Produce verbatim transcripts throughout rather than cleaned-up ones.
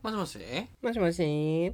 もしもしもしもし。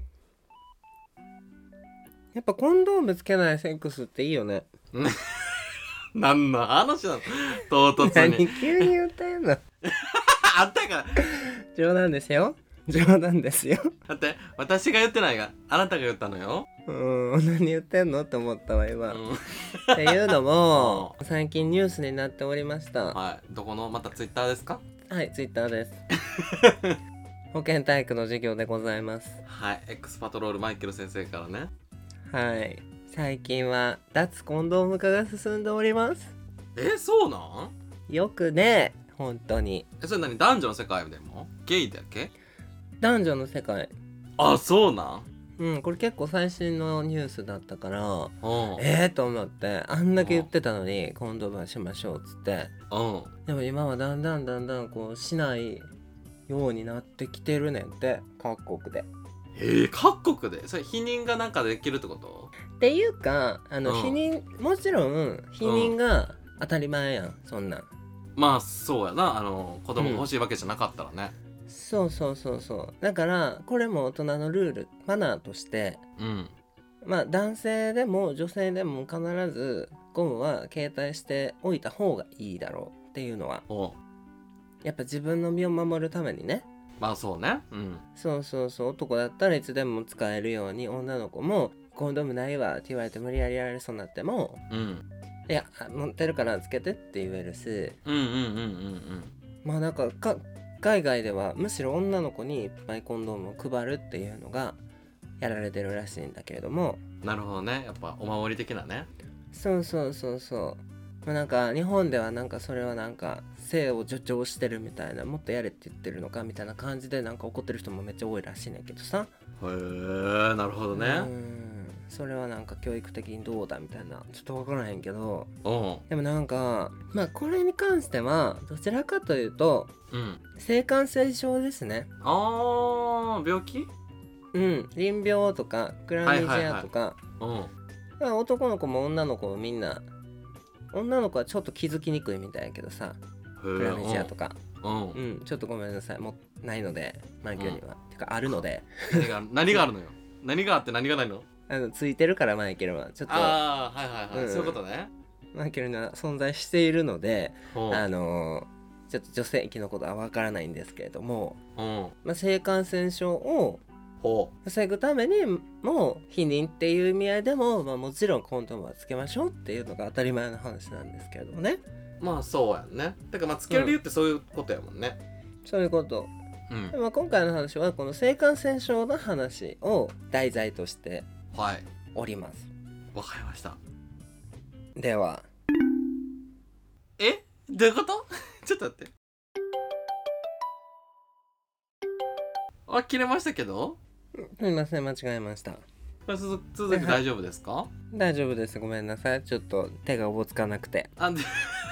やっぱコンドームつけないセックスっていいよね。 何の話なの唐突に。 何急に言ってんの。 あったから。 冗談ですよ。冗談ですよ。 だって私が言ってないがあなたが言ったのよ。 うーん、何言ってんのって思ったわ今、 うん、 っていうのも最近ニュースになっておりました。 はい。どこのまたツイッターですか？ はい、ツイッターです保健体育の授業でございます。 はい。 X パトロールマイケル先生からね。 はい、最近は脱コンドーム化が進んでおります。 え、そうなん？ よくね、本当に。 え、それ何、男女の世界でもゲイだっけ？ 男女の世界。 あ、そうなん？ うん、これ結構最新のニュースだったから、 うん。 えーと思って、あんだけ言ってたのにコンドームはしましょうっつって。 うん。 でも今はだんだんだんだんこうしないようになってきてるねんって、各国で。 えー、各国でそれ避妊がなんかできるってこと？ っていうか、あの、 うん避妊、もちろん避妊が当たり前やん、そんなん。 まあそうやな。あの子供が欲しいわけじゃなかったらね。 そうそうそうそう。だからこれも大人のルール、マナーとして、 うん。 まあ男性でも女性でも必ずゴムは携帯しておいた方がいいだろうっていうのは、 おう。 やっぱ自分の身を守るためにね。 まあそうね。うん。 そうそうそう。男だったらいつでも使えるように、女の子もコンドームないわって言われて無理やりやられそうになっても、 うん。 いや持ってるからつけてって言えるし、 うんうんうんうんうん。 まあなんかか海外ではむしろ女の子にいっぱいコンドームを配るっていうのがやられてるらしいんだけれども。 なるほどね。やっぱお守り的なね。 そうそうそうそう。まあ、なんか日本ではなんかそれはなんか性を助長してるみたいな、もっとやれって言ってるのかみたいな感じでなんか怒ってる人もめっちゃ多いらしいねんけどさ。 へえ、なるほどね。 うん、それはなんか教育的にどうだみたいな、ちょっと分からへんけど、 うん。 でもなんかまあこれに関してはどちらかというとうん。 性感染症ですね。 あー、病気？ うん、淋病とかクラミジアとか、 うん。 まあ男の子も女の子もみんな、女の子はちょっと気づきにくいみたいやけどさ、クラミジアとか、 うん。 うん、ちょっとごめんなさい、もうないのでマイケルには、てかあるので何が何があるのよ。何があって何がないの？ あのついてるからマイケルはちょっと、 あー、はいはいはい、 うん、 そういうことね。 マイケルには存在しているので、 うん。 あのー、ちょっと女性器のことはわからないんですけれども、 うん。 まあ、性感染症をほ防ぐためにも避妊っていう意味合いでも、まあ、もちろんコンドームはつけましょうっていうのが当たり前の話なんですけれどもね。 う。まあそうやんね。てかまあつける理由ってそういうことやもんね。 そういうこと。 うん。 で、まあ、今回の話はこの性感染症の話を題材としてはい。 おります。 わかりました。 では、 え？どういうこと？ちょっと待って。あ、切れましたけど？ すみません、間違えました。 これ続続いて大丈夫ですか？ 大丈夫です、ごめんなさい。ちょっと手がおぼつかなくて。 あんで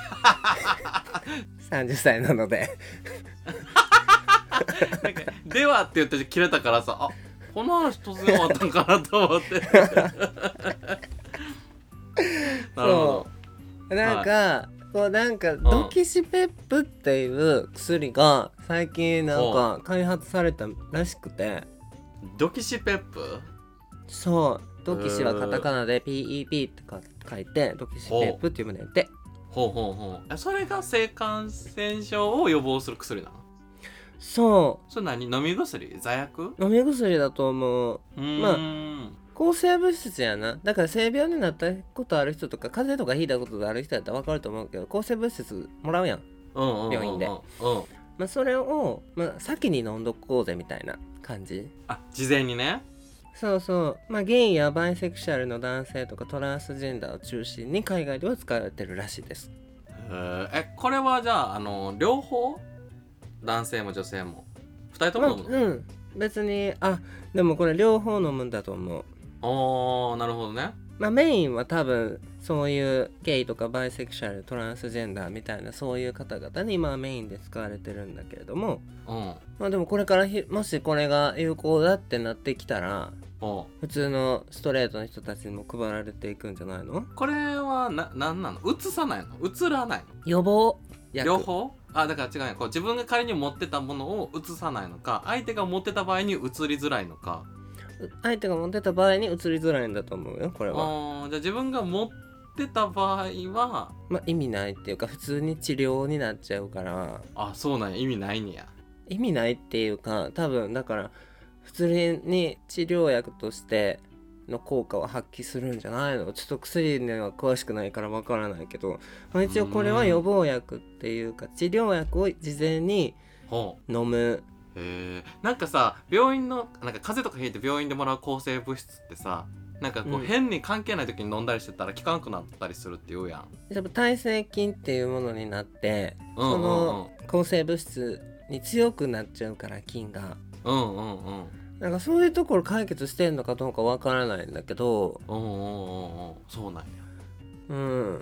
さんじゅっさいなのでなんかではって言って切れたからさ、あ、この話突然終わったんかなと思ってなるほど。 そうなんか、はい、こうなんかドキシペップっていう薬が最近なんか開発されたらしくて。 ドキシペップ？ そう、ドキシはカタカナで ピーイーピー って書いてドキシペップっていうものやって。 ほうほうほう。それが性感染症を予防する薬なの？ そう。 それ何？飲み薬？座薬？ 飲み薬だと思う。 うーん、 まあ抗生物質やな。だから性病になったことある人とか風邪とかひいたことがある人だったら分かると思うけど、抗生物質もらうやん、 うんうんうんうん、 病院で。うん、まあそれを、まあ、先に飲んどこうぜみたいな感じ。 あ、事前にね。 そうそう。まあゲイやバイセクシャルの男性とかトランスジェンダーを中心に海外では使われてるらしいです。 へー、え、これはじゃあ、あの両方？男性も女性もふたりとも飲むの？ まあ、うん、別に。あ、でもこれ両方飲むんだと思う。 おー、なるほどね。まあメインは多分そういうゲイとかバイセクシャル、トランスジェンダーみたいなそういう方々に今はメインで使われてるんだけれども、 うん、 まあでもこれからひもしこれが有効だってなってきたら、普通のストレートの人たちにも配られていくんじゃないの？ これはな、なんなの？うつさないの？うつらないの？ 予防薬。 両方？ あ、だから違うね、こう自分が仮に持ってたものを移さないのか、相手が持ってた場合に移りづらいのか。 相手が持ってた場合に移りづらいんだと思うよこれは。 あ、じゃあ自分が持ってた場合はまあ意味ないっていうか普通に治療になっちゃうから。 あ、そうなんや、意味ないんや。 意味ないっていうか多分だから普通に治療薬としての効果を発揮するんじゃないの。ちょっと薬には詳しくないからわからないけど、まあ、一応これは予防薬っていうか治療薬を事前に飲む。 へえ。なんかさ、病院のなんか風邪とかひいて病院でもらう抗生物質ってさ、なんかこう、うん、変に関係ない時に飲んだりしてたら効かなくなったりするって言うやん。 やっぱ耐性菌っていうものになって、うんうんうん、その抗生物質に強くなっちゃうから菌が。 うんうんうん。 なんかそういうところ解決してんのかどうかわからないんだけど。 うんうんうんうん。そうなんや。 うん。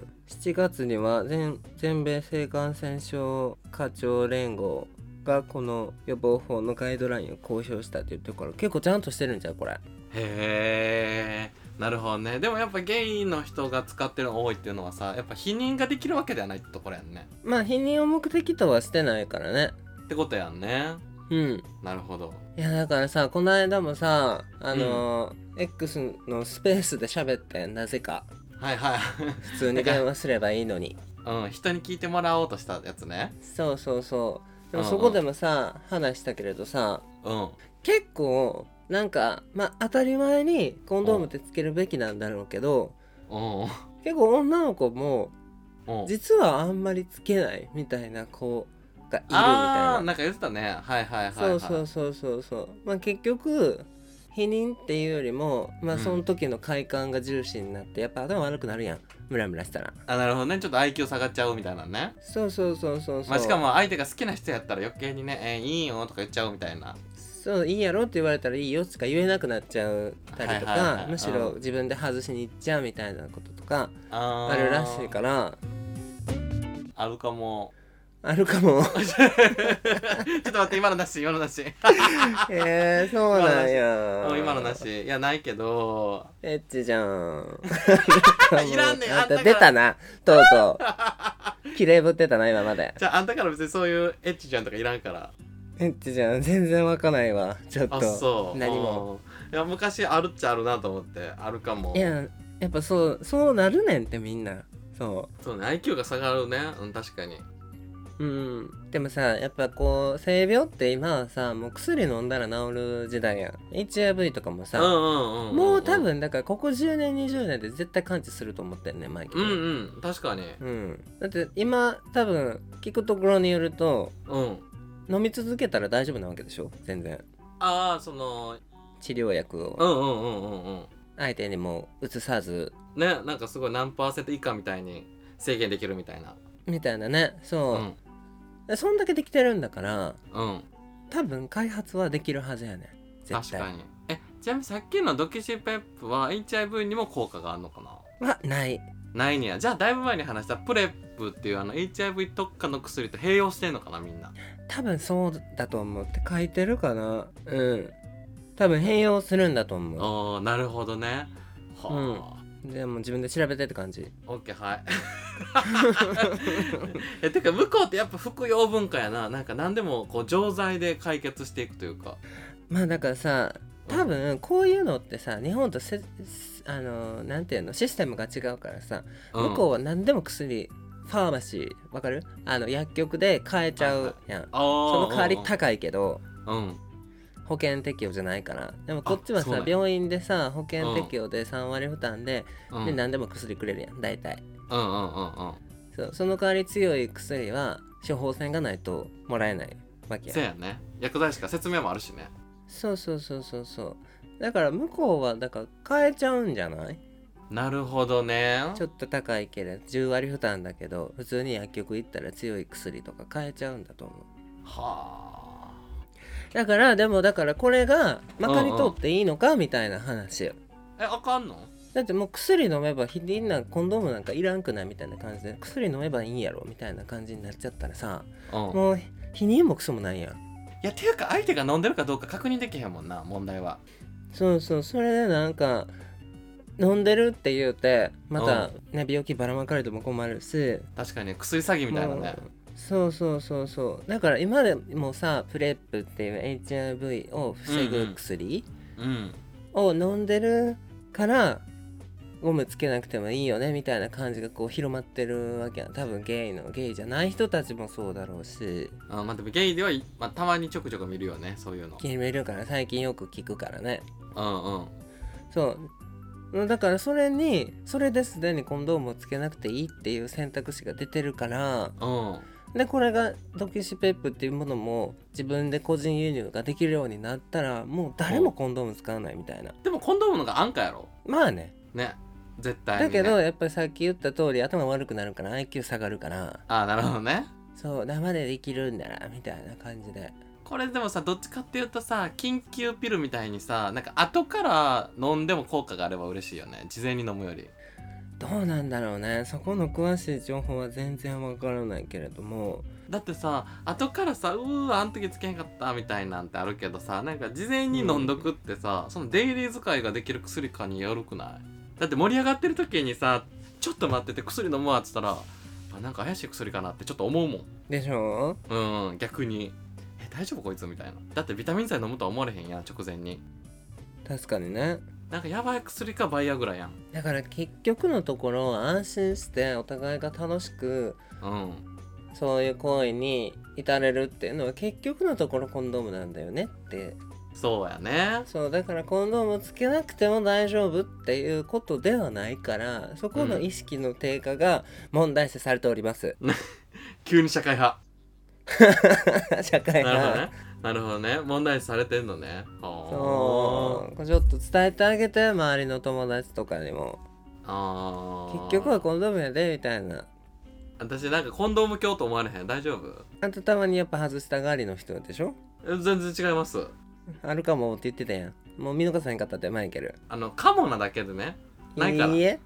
しちがつには 全, 全米性感染症課長連合がこの予防法のガイドラインを公表したって言ってるから結構ちゃんとしてるんじゃんこれ。へえ、なるほどね。でもやっぱゲイの人が使ってるの多いっていうのはさ、やっぱ否認ができるわけではないってところやんね。 まあ否認を目的とはしてないからねってことやんね。 うん、 なるほど。 いやだからさこの間もさあのーうん、X のスペースで喋ってなぜかはいはい普通に電話すればいいのにうん、人に聞いてもらおうとしたやつね。 そうそうそうでもそこでもさ、うんうん、話したけれどさ、うん、結構なんかまあ当たり前にコンドームってつけるべきなんだろうけど、うん、結構女の子も実はあんまりつけないみたいな子がいるみたいな。 あー、なんか言ってたね。はいはいはい、はい、 そうそうそうそうそうまあ結局否認っていうよりもまあその時の快感が重視になって、うん、やっぱ頭悪くなるやんムラムラしたら。 あ、なるほどね。ちょっと アイキュー 下がっちゃうみたいなね。 そうそうそうそうそう、 まあ、しかも相手が好きな人やったら余計にね、えー、いいよとか言っちゃうみたいな。 そういいやろって言われたらいいよしか言えなくなっちゃったりとか、はいはいはい、むしろ自分で外しに行っちゃうみたいなこととかあるらしいから。 あるかもあるかもちょっと待って、今のなし今のなしえー、そうなんや。 今のなし。いやないけどエッチじゃんいらんねん。 あんた出たなとうとう綺麗ぶってたな今まで。 じゃああんたから別にそういうエッチじゃんとかいらんから。 エッチじゃん全然わかないわちょっと。あ、そう何も。 いや昔あるっちゃあるなと思って。あるかも。 いややっぱそうそうなるねんってみんな。そうそうね、 アイキュー が下がるね。うん、確かに。 うん、でもさやっぱこう性病って今はさもう薬飲んだら治る時代やん。 エイチアイブイ とかもさ、うんうんうんうん、もう多分だからここじゅうねんにじゅうねんで絶対完治すると思ってんねマイケル。 うんうん確かに、 うん、だって今多分聞くところによると、うん、飲み続けたら大丈夫なわけでしょ全然。 ああその治療薬をうんうんうんうんうん相手にもう移さずね、なんかすごい何パーセント以下みたいに制限できるみたいなみたいなね。そう、うん、そんだけできてるんだから、うん、多分開発はできるはずやね絶対。確かに。 えちなみにさっきのドキシペップは エイチアイブイ にも効果があるのかな。 はないないにや。じゃあだいぶ前に話したプレップっていうあの エイチアイブイ 特化の薬と併用してんのかなみんな。 多分そうだと思うって書いてるかな。うん多分併用するんだと思う。ああなるほどね。はあ、うん、でも自分で調べてって感じ。 オッケーはいえてか向こうってやっぱ服用文化やな。なんか何でもこう錠剤で解決していくというか。 まあだからさ多分こういうのってさ日本とせあのなんていうのシステムが違うからさ、うん、向こうは何でも薬ファーマシーわかるあの薬局で買えちゃうやん。その代わり高いけど、うん、保険適用じゃないから。でもこっちはさ病院でさ保険適用でさんわり負担で、うん、で何でも薬くれるやん大体。うんうんうんうん。そうその代わり強い薬は処方箋がないともらえないわけや。 そうやね。薬剤師か説明もあるしね。 そうそうそうそうそうだから向こうはだから買えちゃうんじゃない。 なるほどね。 ちょっと高いけどじゅうわり負担だけど普通に薬局行ったら強い薬とか買えちゃうんだと思う。はあ。だからでもだからこれがまかり通っていいのか、うんうん、みたいな話。えあかんの。 だってもう薬飲めばひみんなコンドームなんかいらんくないみたいな感じで薬飲めばいいんやろみたいな感じになっちゃったらさ、うん、もう否認もクソもないやん。いやていうか相手が飲んでるかどうか確認できへんもんな問題は。 そうそうそれでなんか飲んでるって言うてまたね、うん、病気ばらまかれても困るし。 確かに薬詐欺みたいなね。 そうそうそうそうだから今でもさプレップっていう エイチアイブイ を防ぐ薬を飲んでるからゴムつけなくてもいいよねみたいな感じがこう広まってるわけやん。多分ゲイのゲイじゃない人たちもそうだろうし。 あまあでもゲイでは、まあ、たまにちょくちょく見るよねそういうの。 見るから最近よく聞くからね。 うんうん。 そうだからそれにそれですでにコンドームをつけなくていいっていう選択肢が出てるから、 うん、 でこれがドキシペップっていうものも自分で個人輸入ができるようになったらもう誰もコンドーム使わないみたいな。 でもコンドームのが安価やろ。 まあねね絶対に、ね、 だけどやっぱりさっき言った通り頭悪くなるから アイキュー 下がるから。 ああなるほどね。 そう生でできるんだなみたいな感じで。 これでもさどっちかっていうとさ緊急ピルみたいにさなんか後から飲んでも効果があれば嬉しいよね事前に飲むより。 どうなんだろうねそこの詳しい情報は全然わからないけれども。 だってさ後からさうーわあん時つけへんかったみたいなんてあるけどさなんか事前に飲んどくってさ、うん、そのデイリー使いができる薬かによるくない？だって盛り上がってる時にさちょっと待ってて薬飲むわっつったらあなんか怪しい薬かなってちょっと思うもん。 でしょ。 うん逆にえ大丈夫こいつみたいな。だってビタミン剤飲むとは思われへんやん直前に。 確かにね。 なんかやばい薬かバイアグラやん。 だから結局のところ安心してお互いが楽しく、 うん、 そういう行為に至れるっていうのは結局のところコンドームなんだよねって。 そうやね。 そうだからコンドームをつけなくても大丈夫っていうことではないからそこの意識の低下が問題視されております、 うん、急に社会派社会派。 なるほどねなるほどね問題視されてんのね。 そうちょっと伝えてあげて周りの友達とかにも。あ結局はコンドームやでみたいな。 私なんかコンドーム教と思われへん？大丈夫？ あとたまにやっぱ外したがりの人でしょ。 全然違います。 あるかもって言ってたやん。もう見逃さへんかったってマイケル。 あのカモなだけでねないから。いいえ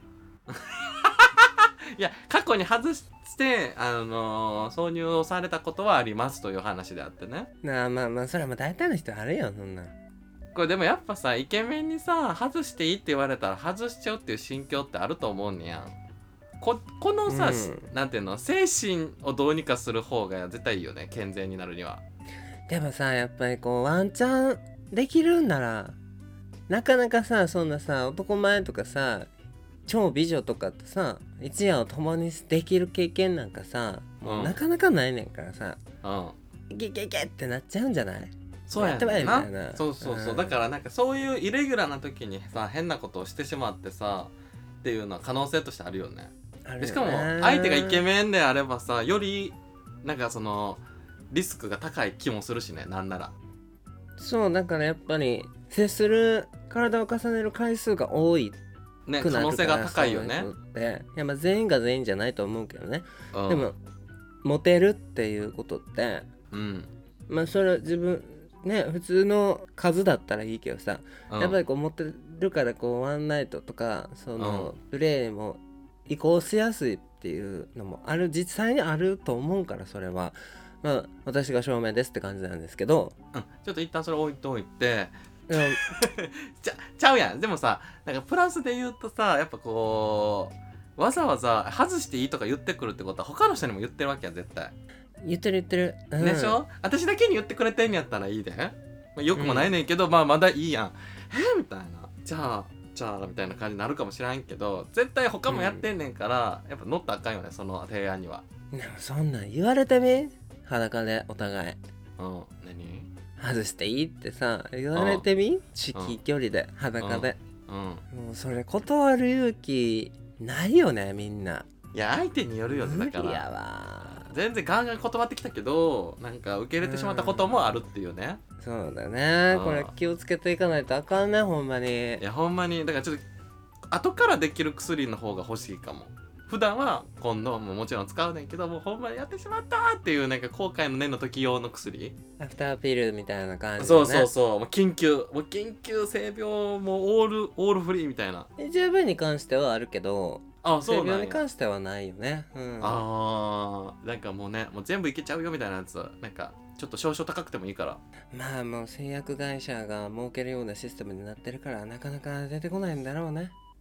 いや過去に外してあのー、挿入をされたことはありますという話であってね。 なあまあまあそれはもう大体の人あるよそんな。 これでもやっぱさイケメンにさ外していいって言われたら外しちゃうっていう心境ってあると思うねやん。こ, このさ、うん、なんていうの精神をどうにかする方が絶対いいよね健全になるには。 でもさやっぱりこうワンチャンできるんならなかなかさそんなさ男前とかさ超美女とかとさ一夜を共にできる経験なんかさもうなかなかないねんからさ、うん、いけいけいけってなっちゃうんじゃない？ そうやねんな。そうそうそう、うん、だからなんかそういうイレギュラーな時にさ変なことをしてしまってさっていうのは可能性としてあるよね。でしかも相手がイケメンであればさよりなんかそのリスクが高い気もするしねなんなら。 そうだからやっぱり接する体を重ねる回数が多いね可能性が高いよね。 いやまあ全員が全員じゃないと思うけどね、うん、でもモテるっていうことって、うん、まあそれは自分ね普通の数だったらいいけどさ、うん、やっぱりこうモテるからこうワンナイトとかその、うん、プレーも移行しやすいっていうのもある実際にあると思うからそれはまあ私が証明ですって感じなんですけど、 うん、ちょっと一旦それ置いといてちゃ, ちゃうやん。でもさなんかプラスで言うとさやっぱこうわざわざ外していいとか言ってくるってことは他の人にも言ってるわけや絶対。 言ってる言ってる、 うん、でしょ。私だけに言ってくれてんやったらいいで、まあ、よくもないねんけど、うん、まあまだいいやんえみたいなじゃあじゃあみたいな感じになるかもしらんけど絶対他もやってんねんから、うん、やっぱ乗ったらあかんよねその提案には。 でもそんなん言われてみ裸でお互いうん何外していいってさ言われてみ至近距離で裸で、うんうん、もうそれ断る勇気ないよねみんな。 いや相手によるよねだから。 いやわ全然ガンガン断ってきたけどなんか受け入れてしまったこともあるっていうね。 そうだね、うん、これ気をつけていかないとあかんねほんまに。 いやほんまにだからちょっと後からできる薬の方が欲しいかも。普段はコンドームももちろん使うねんけどもうほんまにやってしまったっていうなんか後悔の念の時用の薬アフターピルみたいな感じ、ね、 そうそうそうもう緊急もう緊急性病もうオールオールフリーみたいな。 エイチアイブイ に関してはあるけどあそうなんや。 性病に関してはないよね、うん、 あーなんかもうねもう全部いけちゃうよみたいなやつなんかちょっと少々高くてもいいから。 まあもう製薬会社が儲けるようなシステムになってるからなかなか出てこないんだろうね。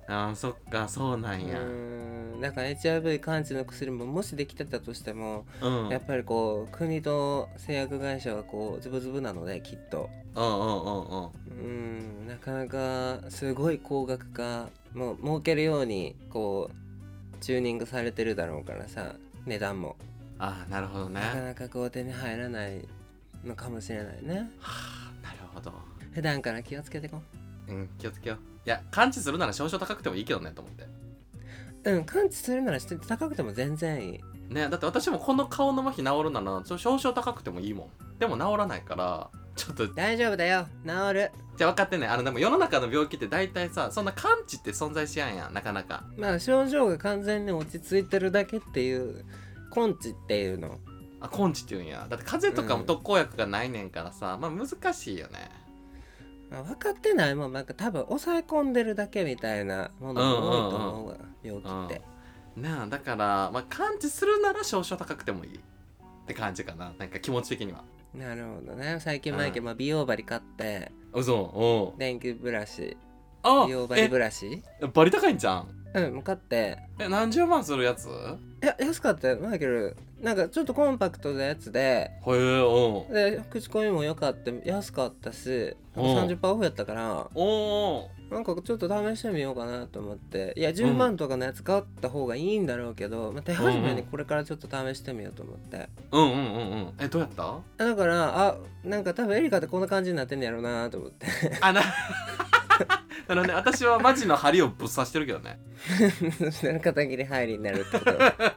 あーそっかそうなんや。 うんだから エイチアイブイ 完治の薬ももしできてたとしても、 うん、 やっぱりこう国と製薬会社はこうズブズブなのできっとうんうんうんうんうんなかなかすごい高額化もう儲けるようにこうチューニングされてるだろうからさ、値段もああなるほどね。 なかなかこう手に入らないのかもしれないね。 はあなるほど。 普段から気をつけてこうん気をつけよう。いや完治するなら少々高くてもいいけどねと思って。 うん完治するならして高くても全然いいね、だって私もこの顔の麻痺治るなら少々高くてもいいもん。でも治らないからちょっと大丈夫だよ治る。 じゃあ分かってね。あのでも世の中の病気って大体さそんな完治って存在しやんやんなかなか。 まあ症状が完全に落ち着いてるだけっていう根治っていうの。 あ根治って言うんや。だって風邪とかも特効薬がないねんからさ、うん、まあ難しいよね。 まあ、分かってないもんなんか多分抑え込んでるだけみたいなものも多いと思うわ、うんうんうん、病気って、 うん、なあだから、まあ、完治するなら少々高くてもいいって感じかな。なんか気持ち的には。 なるほどね。最近前、うん、まあ、美容針買って嘘おう電気ブラシあ美容針ブラシバリ高いんじゃん。 うんもう買ってえ何十万するやつ。 いや安かったよマイケル。なんかちょっとコンパクトなやつでへえおうで口コミも良かった安かったし さんじゅっパーセント オフやったからおおなんかちょっと試してみようかなと思って。いやじゅうまんとかのやつ買った方がいいんだろうけど、うんまあ、手始めにこれからちょっと試してみようと思ってうんうんうんうんえどうやった。 だからあなんか多分エリカってこんな感じになってんやろうなと思ってあなあのね私はマジの針をぶっ刺してるけどねそしたら片切り入りになるってこと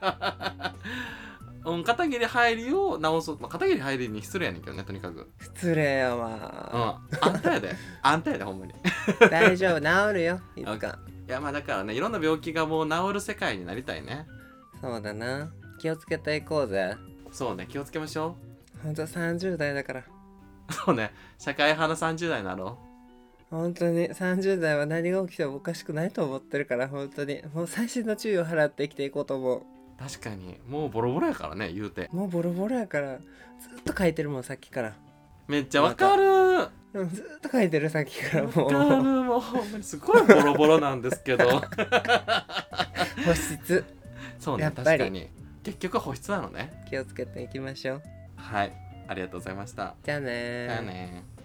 うん、片切り入りを直そう、まあ、片切り入りに失礼やねんけどねとにかく失礼やわうんあんたやであんたやでほんまに大丈夫治るよいつか。 いやまあだからねいろんな病気がもう治る世界になりたいね。 そうだな気をつけていこうぜ。 そうね気をつけましょうほんとさんじゅう代だからそうね社会派のさんじゅう代になろう本当にさんじゅう代は何が起きてもおかしくないと思ってるから本当にもう細心の注意を払って生きていこうと思う。 確かにもうボロボロやからね言うてもうボロボロやからずっと書いてるもんさっきからめっちゃわかる。 でもずっと書いてるさっきからもうわかるもうほんまにすごいボロボロなんですけど保湿そうねやっぱり確かに結局保湿なのね。 気をつけていきましょう。 はいありがとうございました。 じゃあねーじゃあねー。